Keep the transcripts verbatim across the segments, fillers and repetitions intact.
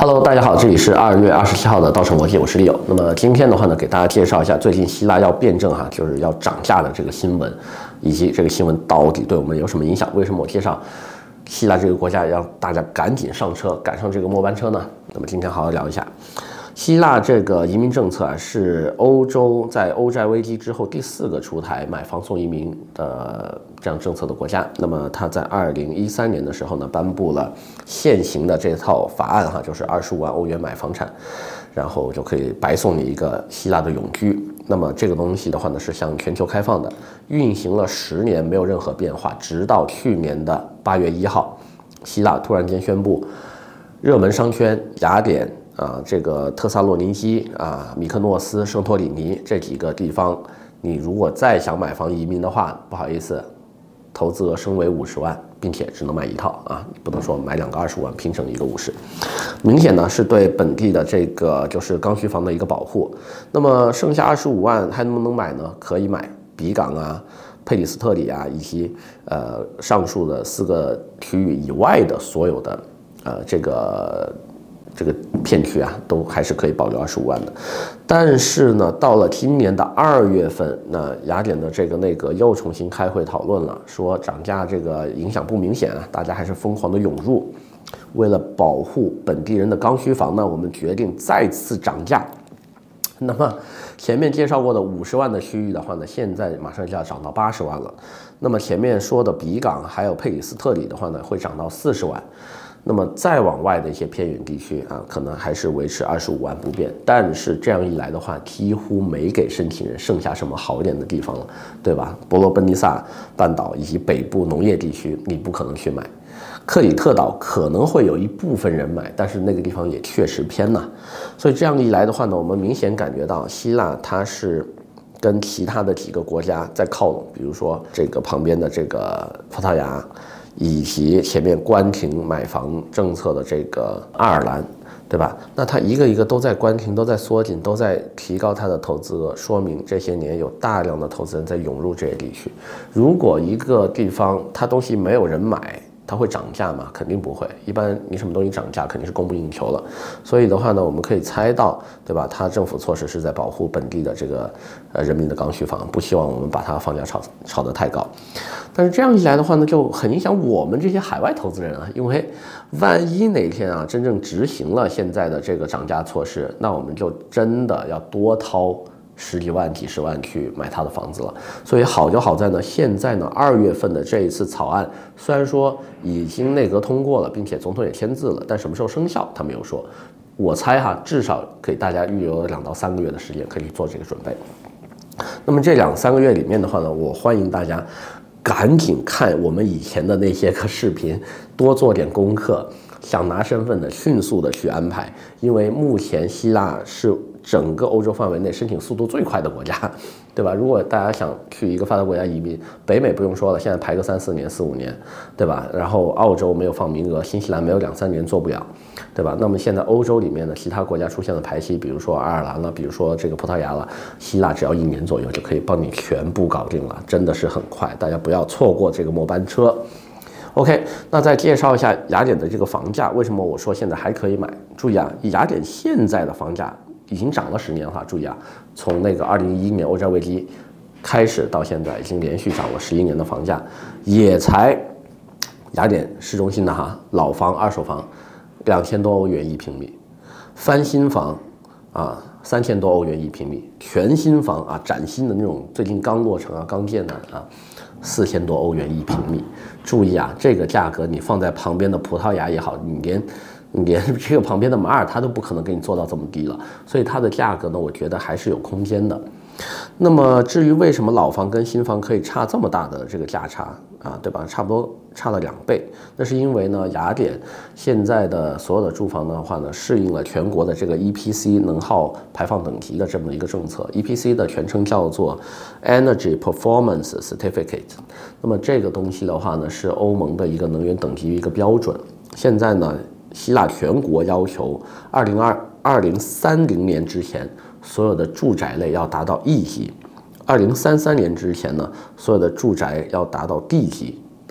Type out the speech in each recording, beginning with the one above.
Hello， 大家好，这里是二月二十七号的稻盛国际，我是 Leo。那么今天的话呢，给大家介绍一下最近希腊要辩证哈，就是要涨价的这个新闻，以及这个新闻到底对我们有什么影响？为什么我介绍希腊这个国家让大家赶紧上车，赶上这个末班车呢？那么今天好好聊一下。希腊这个移民政策啊，是欧洲在欧债危机之后第四个出台买房送移民的这样政策的国家。那么它在二零一三年的时候呢，颁布了现行的这套法案哈，就是二十五万欧元买房产，然后就可以白送你一个希腊的永居。那么这个东西的话呢，是向全球开放的，运行了十年没有任何变化，直到去年的八月一号，希腊突然间宣布，热门商圈雅典。啊，这个特萨洛尼基啊、米克诺斯、圣托里尼这几个地方，你如果再想买房移民的话，不好意思，投资额升为五十万，并且只能买一套啊，不能说买两个二十五万拼成一个五十。明显呢是对本地的这个就是刚需房的一个保护。那么剩下二十五万还能不能买呢？可以买比港啊、佩里斯特里啊，以及呃上述的四个区域以外的所有的呃这个。这个片区啊，都还是可以保留二十五万的，但是呢，到了今年的二月份，那雅典的这个内阁又重新开会讨论了，说涨价这个影响不明显啊，大家还是疯狂的涌入。为了保护本地人的刚需房呢，我们决定再次涨价。那么前面介绍过的五十万的区域的话呢，现在马上就要涨到八十万了。那么前面说的比港还有佩里斯特里的话呢，会涨到四十万。那么再往外的一些偏远地区啊，可能还是维持二十五万不变。但是这样一来的话，几乎没给申请人剩下什么好一点的地方了，对吧？伯罗奔尼撒半岛以及北部农业地区，你不可能去买。克里特岛可能会有一部分人买，但是那个地方也确实偏呐。所以这样一来的话呢，我们明显感觉到希腊它是跟其他的几个国家在靠拢，比如说这个旁边的这个葡萄牙。以及前面关停买房政策的这个爱尔兰，对吧？那它一个一个都在关停，都在缩紧，都在提高它的投资额，说明这些年有大量的投资人在涌入这些地区。如果一个地方它东西没有人买，它会涨价吗？肯定不会。一般你什么东西涨价，肯定是供不应求了。所以的话呢，我们可以猜到，对吧？它政府措施是在保护本地的这个呃人民的刚需房，不希望我们把它房价炒炒得太高。但是这样一来的话呢，就很影响我们这些海外投资人啊，因为万一哪天啊真正执行了现在的这个涨价措施，那我们就真的要多掏十几万、几十万去买他的房子了。所以好就好在呢，现在呢二月份的这一次草案虽然说已经内阁通过了，并且总统也签字了，但什么时候生效他没有说。我猜哈，至少给大家预留两到三个月的时间可以去做这个准备。那么这两三个月里面的话呢，我欢迎大家赶紧看我们以前的那些个视频，多做点功课。想拿身份的，迅速的去安排，因为目前希腊是整个欧洲范围内申请速度最快的国家，对吧？如果大家想去一个发达国家移民，北美不用说了，现在排个三四年、四五年，对吧？然后澳洲没有放名额，新西兰没有两三年做不了，对吧？那么现在欧洲里面的其他国家出现了排期，比如说爱尔兰了，比如说这个葡萄牙了，希腊只要一年左右就可以帮你全部搞定了，真的是很快，大家不要错过这个末班车。OK， 那再介绍一下雅典的这个房价，为什么我说现在还可以买？注意啊，雅典现在的房价已经涨了十年了，注意啊，从那个二零一一年欧债危机开始到现在，已经连续涨了十一年的房价，也才雅典市中心的哈老房、二手房两千多欧元一平米，翻新房啊三千多欧元一平米，全新房啊崭新的那种最近刚落成啊刚建的啊。四千多欧元一平米，注意啊，这个价格你放在旁边的葡萄牙也好，你连你连这个旁边的马耳他都不可能给你做到这么低了，所以它的价格呢，我觉得还是有空间的。那么至于为什么老房跟新房可以差这么大的这个价差啊，对吧？差不多差了两倍，那是因为呢，雅典现在的所有的住房的话呢，适应了全国的这个 E P C 能耗排放等级的这么一个政策。E P C 的全称叫做 Energy Performance Certificate。那么这个东西的话呢，是欧盟的一个能源等级一个标准。现在呢，希腊全国要求二零二二零三零年之前，所有的住宅类要达到 E 级。二零三三年之前呢，所有的住宅要达到 D 级的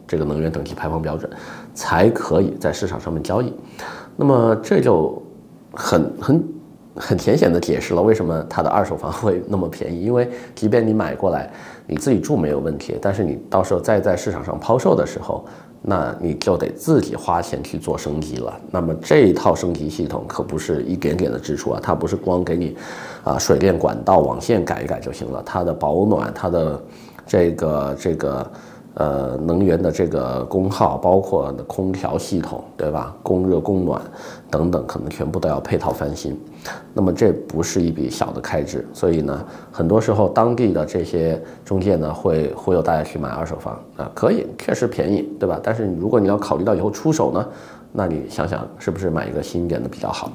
这个能源等级排放标准，才可以在市场上面交易。那么这就很很很浅显的解释了为什么它的二手房会那么便宜，因为即便你买过来你自己住没有问题，但是你到时候再在市场上抛售的时候，那你就得自己花钱去做升级了。那么这一套升级系统可不是一点点的支出啊，它不是光给你啊水电管道网线改一改就行了，它的保暖，它的这个这个呃能源的这个功耗，包括的空调系统，对吧？供热供暖等等，可能全部都要配套翻新。那么这不是一笔小的开支，所以呢，很多时候当地的这些中介呢会忽悠大家去买二手房啊，可以，确实便宜，对吧？但是如果你要考虑到以后出手呢，那你想想是不是买一个新一点的比较好？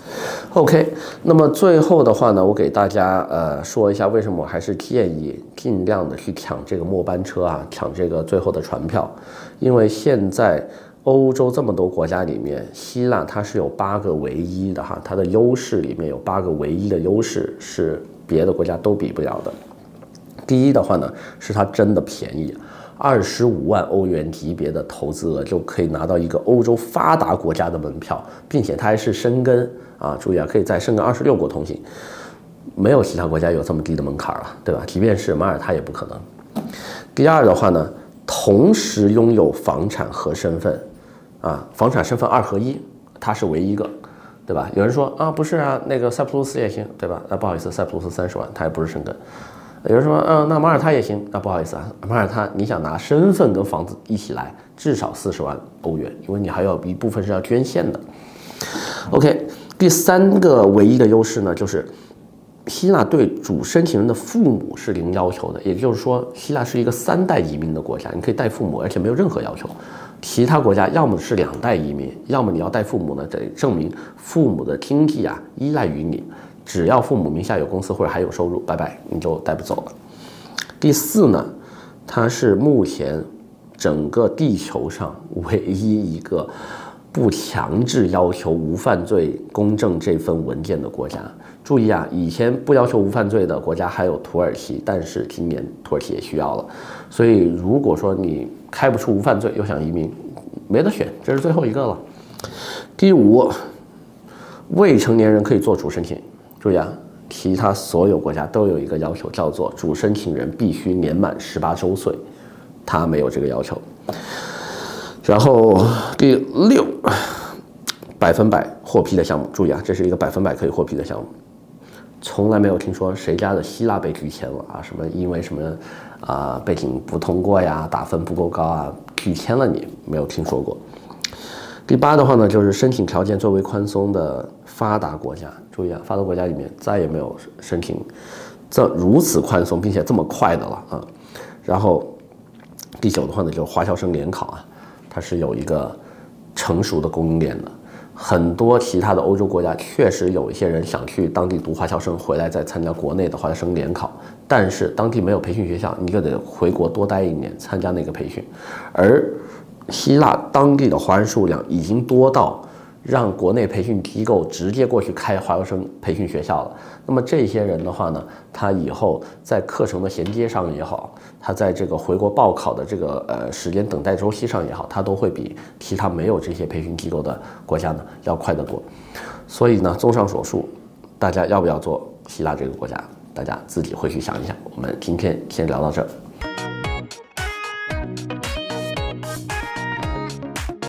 OK， 那么最后的话呢，我给大家呃说一下为什么我还是建议尽量的去抢这个末班车啊，抢这个最后的船票，因为现在欧洲这么多国家里面，希腊它是有八个唯一的哈，它的优势里面有八个唯一的优势是别的国家都比不了的。第一的话呢，是它真的便宜。二十五万欧元级别的投资额就可以拿到一个欧洲发达国家的门票，并且它还是申根啊，注意啊，可以在申根二十六国通行，没有其他国家有这么低的门槛了，对吧？即便是马耳他也不可能。第二的话呢，同时拥有房产和身份，啊，房产身份二合一，它是唯一一个，对吧？有人说啊，不是啊，那个塞浦路斯也行，对吧？啊，不好意思，塞浦路斯三十万，它也不是申根。有人说，嗯，那马耳他也行。那不好意思啊，马耳他你想拿身份跟房子一起来，至少四十万欧元，因为你还有一部分是要捐献的。OK， 第三个唯一的优势呢，就是希腊对主申请人的父母是零要求的，也就是说，希腊是一个三代移民的国家，你可以带父母，而且没有任何要求。其他国家要么是两代移民，要么你要带父母呢，得证明父母的经济啊依赖于你。只要父母名下有公司或者还有收入，拜拜，你就带不走了。第四呢，它是目前整个地球上唯一一个不强制要求无犯罪公证这份文件的国家。注意啊，以前不要求无犯罪的国家还有土耳其，但是今年土耳其也需要了。所以如果说你开不出无犯罪又想移民，没得选，这是最后一个了。第五，未成年人可以做主申请。注意啊，其他所有国家都有一个要求，叫做主申请人必须年满十八周岁，他没有这个要求。然后第六，百分百获批的项目，注意啊，这是一个百分百可以获批的项目，从来没有听说谁家的希腊被拒签了啊，什么因为什么啊、呃、背景不通过呀，打分不够高啊，拒签了你，没有听说过。第八的话呢，就是申请条件最为宽松的发达国家。注意啊，发达国家里面再也没有申请这如此宽松并且这么快的了啊。然后第九的话呢，就是华侨生联考啊，它是有一个成熟的供应链的。很多其他的欧洲国家确实有一些人想去当地读华侨生，回来再参加国内的华侨生联考，但是当地没有培训学校，你就得回国多待一年参加那个培训。而希腊当地的华人数量已经多到让国内培训机构直接过去开华侨生培训学校了。那么这些人的话呢，他以后在课程的衔接上也好，他在这个回国报考的这个呃时间等待周期上也好，他都会比其他没有这些培训机构的国家呢要快得多。所以呢，综上所述，大家要不要做希腊这个国家，大家自己回去想一想。我们今天先聊到这儿。